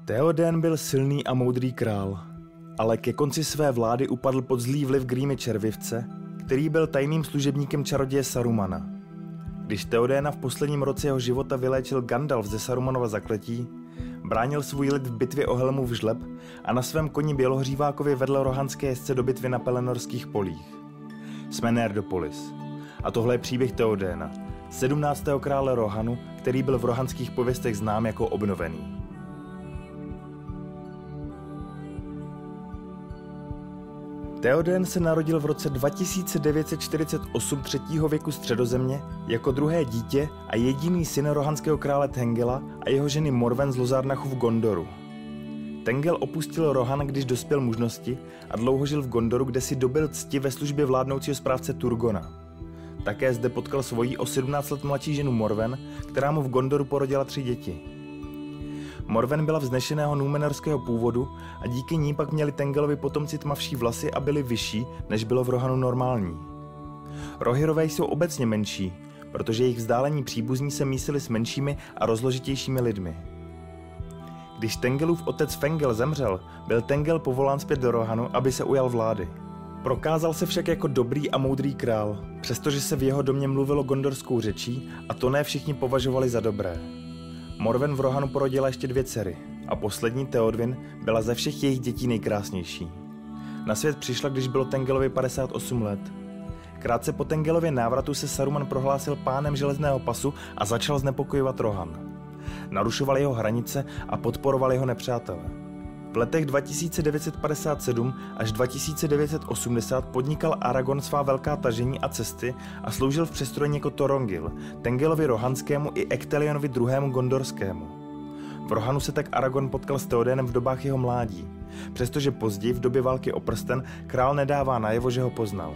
Théoden byl silný a moudrý král, ale ke konci své vlády upadl pod zlý vliv Grímy Červivce, který byl tajným služebníkem čaroděje Sarumana. Když Théodena v posledním roce jeho života vyléčil Gandalf ze Sarumanova zakletí, bránil svůj lid v bitvě o Helmův žleb a na svém koni Bělohřívákovi vedl rohanské jezdce do bitvy na Pelenorských polích. Jsme Nerdopolis. A tohle je příběh Théodena, 17. krále Rohanu, který byl v rohanských pověstech znám jako Obnovený. Théoden se narodil v roce 2948 třetího věku Středozemě jako druhé dítě a jediný syn rohanského krále Thengela a jeho ženy Morwen z Lozarnachu v Gondoru. Thengel opustil Rohan, když dospěl mužnosti a dlouho žil v Gondoru, kde si dobyl cti ve službě vládnoucího správce Turgona. Také zde potkal svoji o 17 let mladší ženu Morwen, která mu v Gondoru porodila 3 děti. Morwen byla vznešeného númenorského původu a díky ní pak měli Thengelovi potomci tmavší vlasy a byli vyšší, než bylo v Rohanu normální. Rohirové jsou obecně menší, protože jejich vzdálení příbuzní se mísili s menšími a rozložitějšími lidmi. Když Thengelův otec Fengel zemřel, byl Thengel povolán zpět do Rohanu, aby se ujal vlády. Prokázal se však jako dobrý a moudrý král, přestože se v jeho domě mluvilo gondorskou řečí a to ne všichni považovali za dobré. Morwen v Rohanu porodila ještě 2 dcery a poslední Théodwyn byla ze všech jejich dětí nejkrásnější. Na svět přišla, když bylo Thengelovi 58 let. Krátce po Thengelově návratu se Saruman prohlásil pánem železného pasu a začal znepokojovat Rohan. Narušoval jeho hranice a podporoval jeho nepřátele. V letech 2957 až 2980 podnikal Aragorn svá velká tažení a cesty a sloužil v přestrojení jako Torongil, Thengelovi Rohanskému i Ectelionovi II. Gondorskému. V Rohanu se tak Aragorn potkal s Théodenem v dobách jeho mládí, přestože později v době války o prsten král nedává najevo, že ho poznal.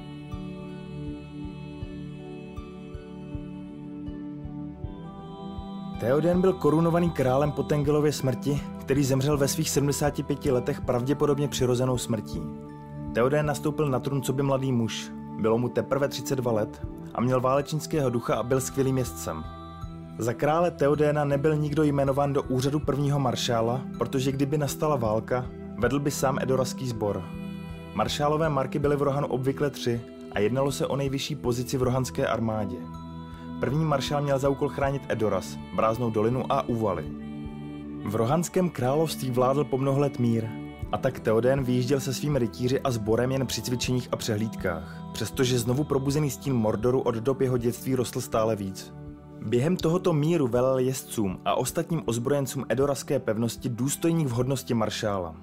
Théoden byl korunovaný králem po Thengelově smrti, který zemřel ve svých 75 letech pravděpodobně přirozenou smrtí. Théoden nastoupil na trůn coby mladý muž, bylo mu teprve 32 let a měl válečnického ducha a byl skvělým jezdcem. Za krále Théodena nebyl nikdo jmenován do úřadu prvního maršála, protože kdyby nastala válka, vedl by sám edoraský sbor. Maršálové marky byly v Rohanu obvykle 3 a jednalo se o nejvyšší pozici v rohanské armádě. První maršál měl za úkol chránit Edoras, Bráznou dolinu a úvaly. V rohanském království vládl po mnoho let mír a tak Théoden vyjížděl se svými rytíři a sborem jen při cvičeních a přehlídkách, přestože znovu probuzený stín Mordoru od dob jeho dětství rostl stále víc. Během tohoto míru velel jezdcům a ostatním ozbrojencům edoraské pevnosti důstojník v hodnosti maršála.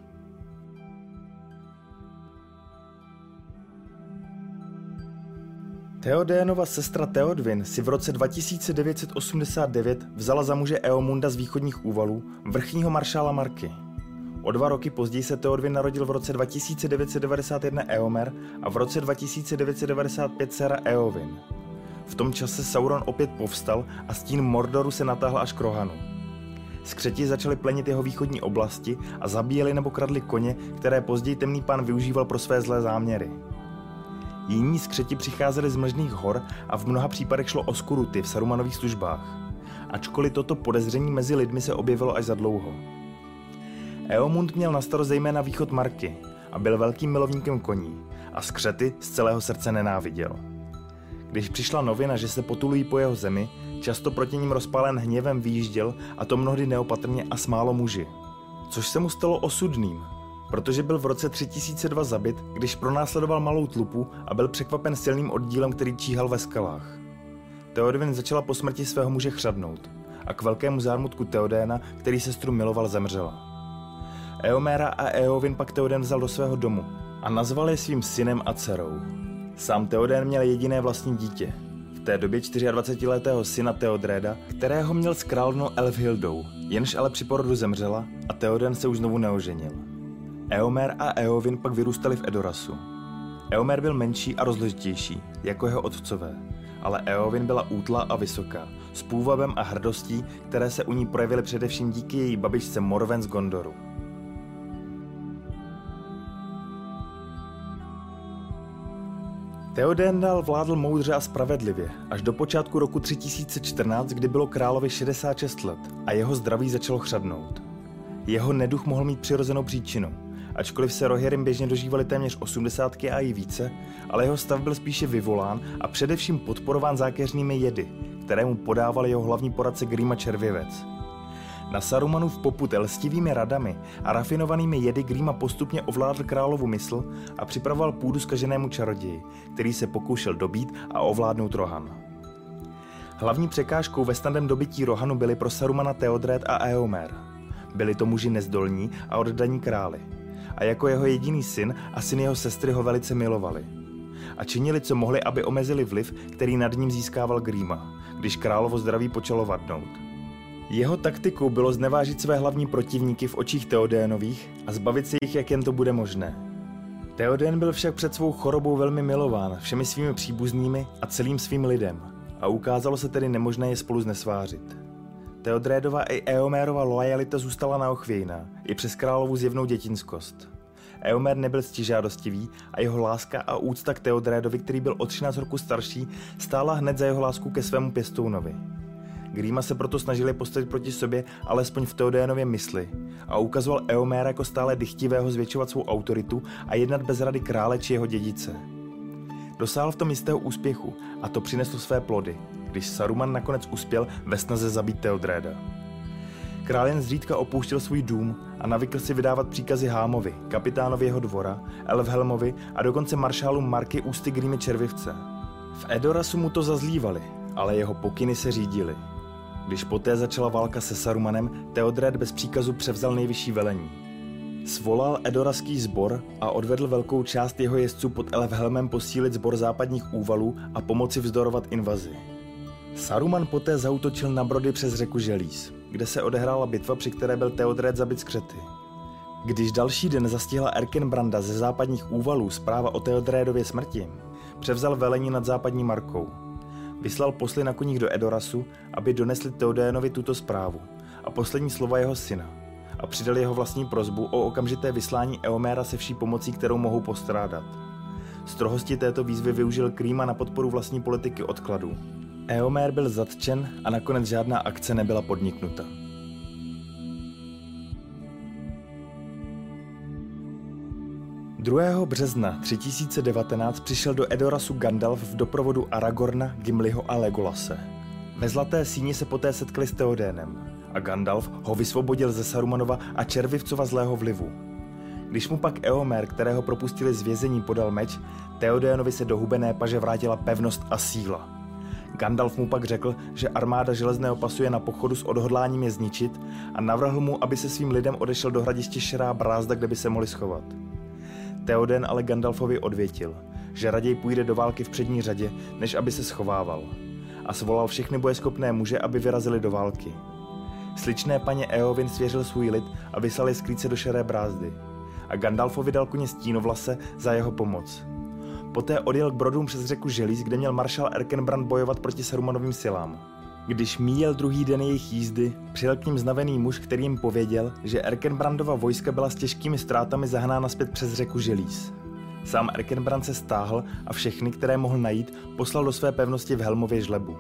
Théodenova sestra Théodwyn si v roce 2989 vzala za muže Eomunda z východních úvalů, vrchního maršála Marky. O 2 roky později se Théodwyn narodil v roce 2991 Eomer a v roce 2995 dcera Éowyn. V tom čase Sauron opět povstal a stín Mordoru se natáhl až k Rohanu. Skřeti začali plenit jeho východní oblasti a zabíjeli nebo kradli koně, které později Temný pán využíval pro své zlé záměry. Jiní skřeti přicházeli z mlžných hor a v mnoha případech šlo o skuruty v Sarumanových službách. Ačkoliv toto podezření mezi lidmi se objevilo až za dlouho. Éomund měl na starost zejména východ Marky a byl velkým milovníkem koní a skřety z celého srdce nenáviděl. Když přišla novina, že se potulují po jeho zemi, často proti ním rozpálen hněvem vyjížděl a to mnohdy neopatrně a s málo muži. Což se mu stalo osudným, protože byl v roce 3002 zabit, když pronásledoval malou tlupu a byl překvapen silným oddílem, který číhal ve skalách. Théodwyn začala po smrti svého muže chřadnout a k velkému zármutku Théodena, který sestru miloval, zemřela. Éomera a Éowyn pak Théoden vzal do svého domu a nazval je svým synem a dcerou. Sám Théoden měl jediné vlastní dítě, v té době 24letého syna Théodréda, kterého měl s královnou Elfhildou, jenž ale při porodu zemřela a Théoden se už znovu neoženil. Éomer a Éowyn pak vyrůstali v Edorasu. Éomer byl menší a rozložitější, jako jeho otcové, ale Éowyn byla útlá a vysoká, s půvabem a hrdostí, které se u ní projevily především díky její babičce Morwen z Gondoru. Théoden dál vládl moudře a spravedlivě, až do počátku roku 3014, kdy bylo královi 66 let a jeho zdraví začalo chřadnout. Jeho neduch mohl mít přirozenou příčinu. Ačkoliv se Rohirrim běžně dožívali téměř 80 a i více, ale jeho stav byl spíše vyvolán a především podporován zákeřnými jedy, které mu podával jeho hlavní poradce Grima Červěvec. Na Sarumanův popud lstivými radami a rafinovanými jedy Grima postupně ovládl královu mysl a připravoval půdu zkaženému čaroději, který se pokoušel dobít a ovládnout Rohan. Hlavní překážkou ve snadném dobytí Rohanu byli pro Sarumana Theodred a Eomer. Byli to muži nezdolní a oddaní králi. A jako jeho jediný syn a syn jeho sestry ho velice milovali. A činili, co mohli, aby omezili vliv, který nad ním získával Grima, když královo zdraví počalo vadnout. Jeho taktikou bylo znevážit své hlavní protivníky v očích Theodenových a zbavit se jich, jak jen to bude možné. Theoden byl však před svou chorobou velmi milován všemi svými příbuznými a celým svým lidem a ukázalo se tedy nemožné je spolu znesvářit. Theodredova i Eomerova loajalita zůstala naochvějná, i přes královu zjevnou dětinskost. Eomer nebyl ctižádostivý a jeho láska a úcta k Theodredovi, který byl o 13 roku starší, stála hned za jeho lásku ke svému pěstounovi. Grima se proto snažili postavit proti sobě alespoň v Theodenově mysli a ukazoval Eomera jako stále dychtivého zvětšovat svou autoritu a jednat bez rady krále či jeho dědice. Dosáhl v tom jistého úspěchu a to přineslo své plody, když Saruman nakonec uspěl ve snaze zabít Theodreda. Král jen zřídka opouštěl svůj dům a navykl si vydávat příkazy Hámovi, kapitánovi jeho dvora, Elfhelmovi a dokonce maršálům Marky ústy Grimy Červivce. V Edorasu mu to zazlívali, ale jeho pokyny se řídily. Když poté začala válka se Sarumanem, Theodred bez příkazu převzal nejvyšší velení. Svolal edoraský sbor a odvedl velkou část jeho jezdců pod Elfhelmem posílit sbor západních úvalů a pomoci vzdorovat invazi. Saruman poté zaútočil na Brody přes řeku Želíz, kde se odehrála bitva, při které byl Theodred zabit skřety. Když další den zastihla Erkenbranda ze západních úvalů zpráva o Theodredově smrti, převzal velení nad západní Markou. Vyslal posly na koních do Edorasu, aby donesli Theodenovi tuto zprávu a poslední slova jeho syna a přidali jeho vlastní prosbu o okamžité vyslání Eomera se vší pomocí, kterou mohou postrádat. Strohosti této výzvy využil Grima na podporu vlastní politiky odkladu. Eomer byl zatčen a nakonec žádná akce nebyla podniknuta. ...2. března 3019 přišel do Edorasu Gandalf v doprovodu Aragorna, Gimliho a Legolase. Ve Zlaté síni se poté setkali s Theodenem a Gandalf ho vysvobodil ze Sarumanova a Červivcova zlého vlivu. Když mu pak Eomer, kterého propustili z vězení, podal meč, Theodenovi se do hubené paže vrátila pevnost a síla. Gandalf mu pak řekl, že armáda Železného pasu je na pochodu s odhodláním je zničit a navrhl mu, aby se svým lidem odešel do hradiště Širá Brázda, kde by se mohli schovat. Theoden ale Gandalfovi odvětil, že raději půjde do války v přední řadě, než aby se schovával, a svolal všechny bojeschopné muže, aby vyrazili do války. Sličné paně Eowyn svěřil svůj lid a vyslal je skrýt se do Širé Brázdy a Gandalfovi dal koně Stínovlase za jeho pomoc. Poté odjel k Brodům přes řeku Želíz, kde měl maršál Erkenbrand bojovat proti Sarumanovým silám. Když míjel druhý den jejich jízdy, přijel k ním znavený muž, který jim pověděl, že Erkenbrandova vojska byla s těžkými ztrátami zahnána zpět přes řeku Želíz. Sám Erkenbrand se stáhl a všechny, které mohl najít, poslal do své pevnosti v Helmově žlebu.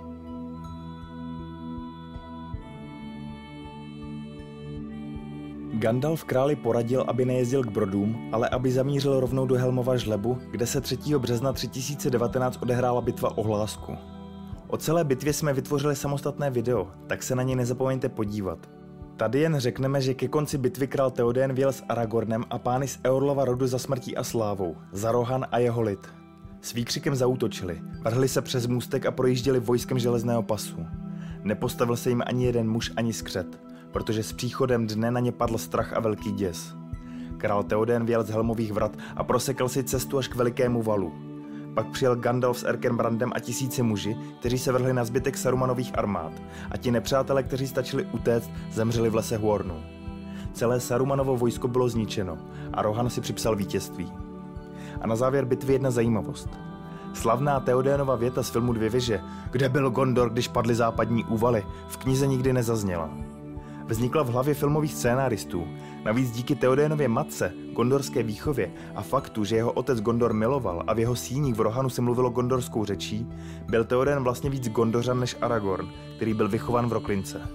Gandalf králi poradil, aby nejezdil k Brodům, ale aby zamířil rovnou do Helmova žlebu, kde se 3. března 3019 odehrála bitva o Hlásku. O celé bitvě jsme vytvořili samostatné video, tak se na něj nezapomeňte podívat. Tady jen řekneme, že ke konci bitvy král Theoden vyjel s Aragornem a pány z Eorlova rodu za smrtí a slávou, za Rohan a jeho lid. S výkřikem zaútočili, vrhli se přes můstek a projížděli vojskem Železného pasu. Nepostavil se jim ani jeden muž, ani skřet, protože s příchodem dne na ně padl strach a velký děs. Král Theoden vyjel z Helmových vrat a prosekal si cestu až k velikému valu. Pak přijel Gandalf s Erkenbrandem a tisíci muži, kteří se vrhli na zbytek Sarumanových armád a ti nepřátelé, kteří stačili utéct, zemřeli v lese Huornu. Celé Sarumanovo vojsko bylo zničeno a Rohan si připsal vítězství. A na závěr bitvy jedna zajímavost. Slavná Theodenova věta z filmu Dvě věže, kde byl Gondor, když padly západní úvaly, v knize nikdy nezazněla. Vznikla v hlavě filmových scénáristů. Navíc díky Theodenově matce, gondorské výchově a faktu, že jeho otec Gondor miloval a v jeho síních v Rohanu se mluvilo gondorskou řečí, byl Theoden vlastně víc Gondořan než Aragorn, který byl vychován v Roklince.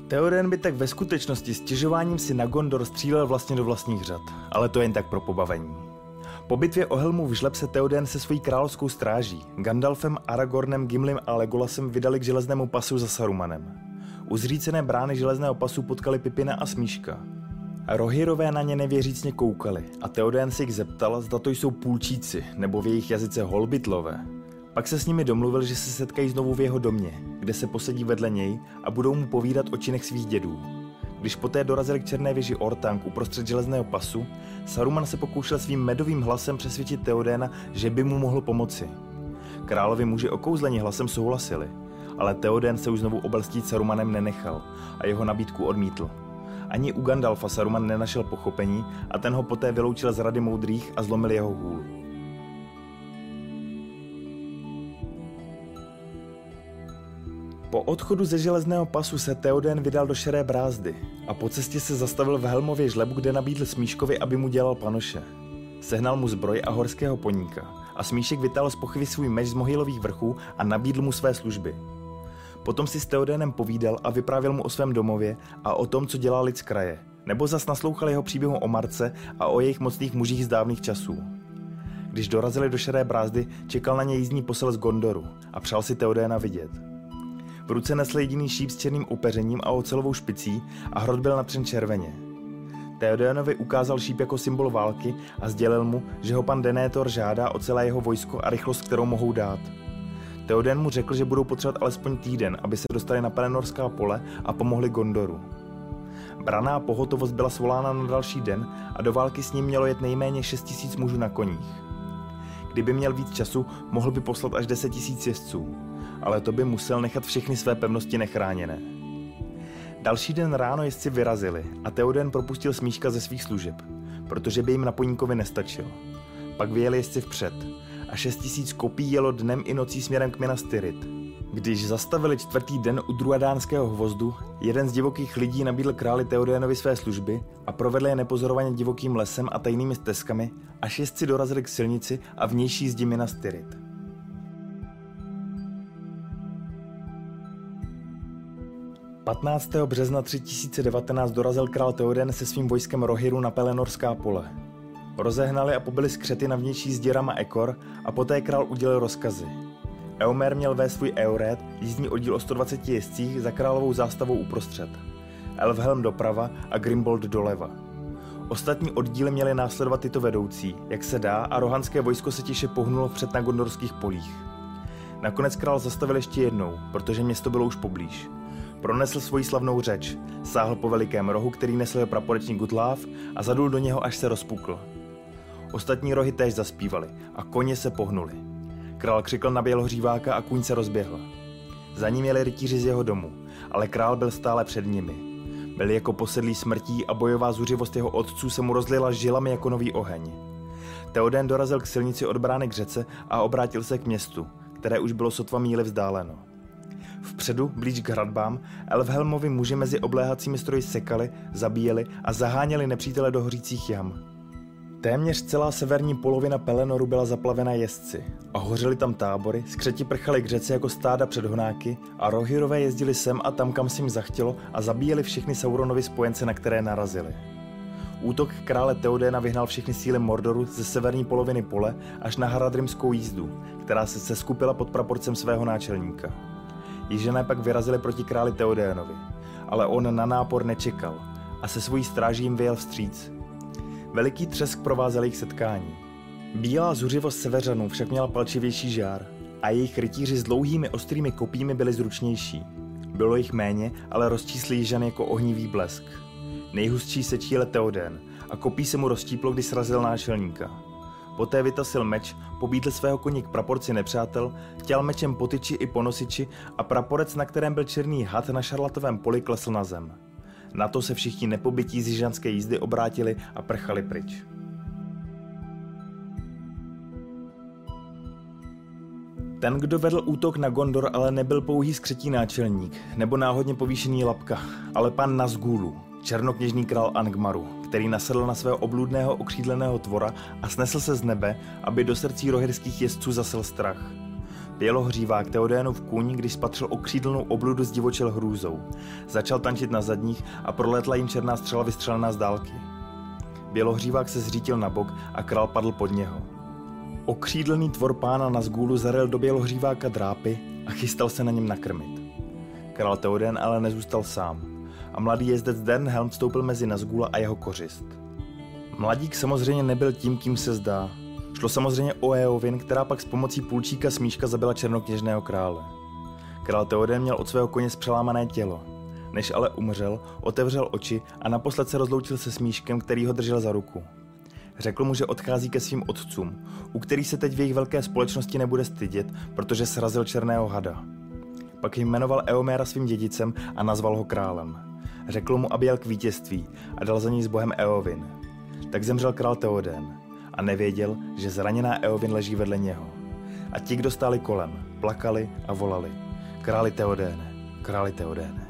Theoden by tak ve skutečnosti stěžováním si na Gondor střílel vlastně do vlastních řad, ale to jen tak pro pobavení. Po bitvě o Helmův žleb se Theoden se svojí královskou stráží, Gandalfem, Aragornem, Gimlim a Legolasem vydali k železnému pasu za Sarumanem. U zřícené brány železného pasu potkali Pipina a Smíška. Rohirové na ně nevěřícně koukali a Theoden se jich zeptal, zda to jsou půlčíci, nebo v jejich jazyce holbitlové. Pak se s nimi domluvil, že se setkají znovu v jeho domě, kde se posadí vedle něj a budou mu povídat o činech svých dědů. Když poté dorazili k černé věži Orthanc uprostřed železného pasu, Saruman se pokoušel svým medovým hlasem přesvědčit Theodena, že by mu mohl pomoci. Královi muži okouzlení hlasem souhlasili, ale Theoden se už znovu obelstít Sarumanem nenechal a jeho nabídku odmítl. Ani u Gandalfa Saruman nenašel pochopení a ten ho poté vyloučil z rady moudrých a zlomil jeho hůl. Po odchodu ze železného pasu se Theoden vydal do Šeré brázdy a po cestě se zastavil v Helmově žlebu, kde nabídl Smíškovi, aby mu dělal panoše. Sehnal mu zbroj a horského poníka a Smíšek vytáhl z pochvy svůj meč z mohylových vrchů a nabídl mu své služby. Potom si s Theodenem povídal a vyprávěl mu o svém domově a o tom, co dělá lid z kraje, nebo zas naslouchal jeho příběhu o Marce a o jejich mocných mužích z dávných časů. Když dorazili do Šeré brázdy, čekal na ně jízdní posel z Gondoru a přál si Theodena vidět. V ruce nesl jediný šíp s černým upeřením a ocelovou špicí a hrot byl natřen červeně. Theodenovi ukázal šíp jako symbol války a sdělil mu, že ho pan Denethor žádá o celé jeho vojsko a rychlost, kterou mohou dát. Theoden mu řekl, že budou potřebovat alespoň týden, aby se dostali na Pelenorská pole a pomohli Gondoru. Branná pohotovost byla svolána na další den a do války s ním mělo jet nejméně 6 000 mužů na koních. Kdyby měl víc času, mohl by poslat až 10 000 jezdců, ale to by musel nechat všechny své pevnosti nechráněné. Další den ráno jezdci vyrazili a Theoden propustil Smíška ze svých služeb, protože by jim na poníkovi nestačil. Pak vyjeli jezdci vpřed a 6 000 kopí jelo dnem i nocí směrem k Minas Tirith. Když zastavili 4. den u Druadánského hvozdu, jeden z divokých lidí nabídl králi Theodenovi své služby a provedl je nepozorovaně divokým lesem a tajnými stezkami, až jezdci dorazili k silnici a vnější zdi Minas Tirith. – 15. března 3019 dorazil král Theoden se svým vojskem Rohirru na Pelenorská pole. Rozehnali a pobili skřety na vnější zdi Rama Ekor a poté král udělil rozkazy. Eomer měl vést svůj Eored, jízdní oddíl o 120 jezdcích za královou zástavou uprostřed. Elfhelm doprava a Grimbold doleva. Ostatní oddíly měly následovat tyto vedoucí, jak se dá, a rohanské vojsko se tiše pohnulo vpřed na gondorských polích. Nakonec král zastavil ještě jednou, protože město bylo už poblíž. Pronesl svoji slavnou řeč, sáhl po velikém rohu, který nesl jeho praporečník Gutláv a zadul do něho, až se rozpukl. Ostatní rohy též zaspívali a koně se pohnuli. Král křikl na bělohříváka a kůň se rozběhl. Za ním jeli rytíři z jeho domu, ale král byl stále před nimi. Byl jako posedlý smrtí a bojová zuřivost jeho otců se mu rozlila žilami jako nový oheň. Theoden dorazil k silnici od brány k řece a obrátil se k městu, které už bylo sotva míli vzdáleno. Vpředu, blíž k hradbám, Elfhelmovi muži mezi obléhacími stroji sekali, zabíjeli a zaháněli nepřítele do hořících jam. Téměř celá severní polovina Pelenoru byla zaplavena jezdci a hořely tam tábory, skřeti prchali k řece jako stáda před honáky a Rohirové jezdili sem a tam, kam se jim zachtělo, a zabíjeli všechny Sauronovi spojence, na které narazili. Útok krále Theodena vyhnal všechny síly Mordoru ze severní poloviny pole až na Haradrimskou jízdu, která se seskupila pod praporcem svého náčelníka. Jižané pak vyrazili proti králi Theodenovi, ale on na nápor nečekal a se svojí stráží jim vyjel vstříc. Veliký třesk provázel jejich setkání. Bílá zuřivost seveřanů však měla palčivější žár a jejich rytíři s dlouhými ostrými kopími byli zručnější. Bylo jich méně, ale rozčísli Jižany jako ohnivý blesk. Nejhustší sečí jel Theoden a kopí se mu roztíplo, když srazil náčelníka. Poté vytasil meč, pobídl svého koně k praporci nepřátel, chtěl mečem po tyči i po nosiči a praporec, na kterém byl černý had na šarlatovém poli, klesl na zem. Na to se všichni nepobytí z jižanské jízdy obrátili a prchali pryč. Ten, kdo vedl útok na Gondor, ale nebyl pouhý skřetí náčelník nebo náhodně povýšený lapka, ale pan Nazgûlu, černokněžný král Angmaru, který nasedl na svého obludného okřídleného tvora a snesl se z nebe, aby do srdcí rohirských jezdců zasel strach. Bělohřívák Theodenův kůň, když spatřil okřídlenou obludu, zdivočil hrůzou. Začal tančit na zadních a prolétla jim černá střela vystřelená z dálky. Bělohřívák se zřítil na bok a král padl pod něho. Okřídlený tvor pána Nazgulu zaryl do Bělohříváka drápy a chystal se na něm nakrmit. Král Theoden ale nezůstal sám a mladý jezdec Dernhelm vstoupil mezi Nazgula a jeho kořist. Mladík samozřejmě nebyl tím, kým se zdá. Šlo samozřejmě o Éowyn, která pak s pomocí půlčíka Smíška zabila černokněžného krále. Král Theoden měl od svého koně zpřelámané tělo. Než ale umřel, otevřel oči a naposled se rozloučil se Smíškem, který ho držel za ruku. Řekl mu, že odchází ke svým otcům, u kterých se teď v jejich velké společnosti nebude stydět, protože srazil černého hada. Pak jmenoval Éomera svým dědicem a nazval ho králem. Řekl mu, aby jel k vítězství a dal za něj s bohem Éowyn. Tak zemřel král Theoden a nevěděl, že zraněná Éowyn leží vedle něho. A ti, kdo stáli kolem, plakali a volali: Králi Theodene, králi Theodene.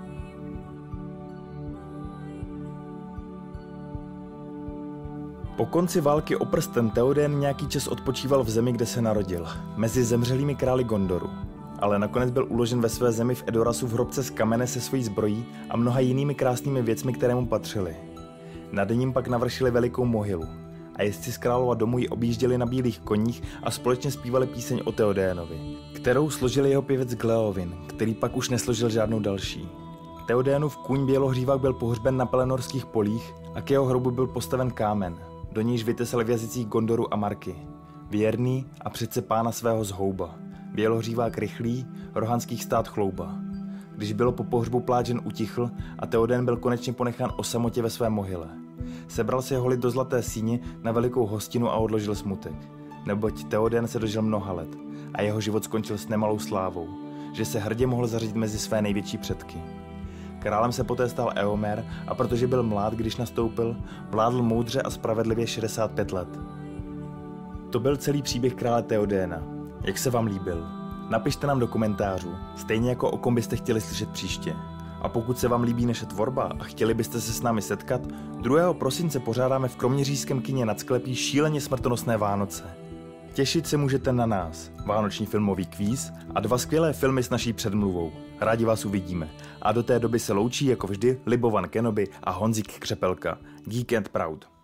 Po konci války o prsten Theoden nějaký čas odpočíval v zemi, kde se narodil, mezi zemřelými králi Gondoru. Ale nakonec byl uložen ve své zemi v Edorasu v hrobce z kamene se svojí zbrojí a mnoha jinými krásnými věcmi, které mu patřily. Nad ním pak navršili velikou mohylu a jezdci z králova domu ji objížděli na bílých koních a společně zpívali píseň o Theodenovi, kterou složil jeho pěvec Gleovin, který pak už nesložil žádnou další. Theodenův kůň Bělohřívák byl pohřben na Pelenorských polích a k jeho hrobu byl postaven kámen, do níž vytesal v jazycích Gondoru a Marky. Věrný a přece pána svého zhouba. Bělohřívák rychlý, rohanských stát chlouba. Když bylo po pohřbu pláč utichl a Theoden byl konečně ponechán o samotě ve své mohyle. Sebral si jeho lid do zlaté síně na velikou hostinu a odložil smutek. Neboť Theoden se dožil mnoha let a jeho život skončil s nemalou slávou, že se hrdě mohl zařadit mezi své největší předky. Králem se poté stal Éomer a protože byl mlád, když nastoupil, vládl moudře a spravedlivě 65 let. To byl celý příběh krále Theodena. Jak se vám líbil? Napište nám do komentářů, stejně jako o kom byste chtěli slyšet příště. A pokud se vám líbí naše tvorba a chtěli byste se s námi setkat, 2. prosince pořádáme v Kroměřížském kině Nad sklepí šíleně smrtonosné Vánoce. Těšit se můžete na nás, vánoční filmový kvíz a 2 skvělé filmy s naší předmluvou. Rádi vás uvidíme. A do té doby se loučí jako vždy Libovan Kenobi a Honzik Křepelka. Geek and Proud.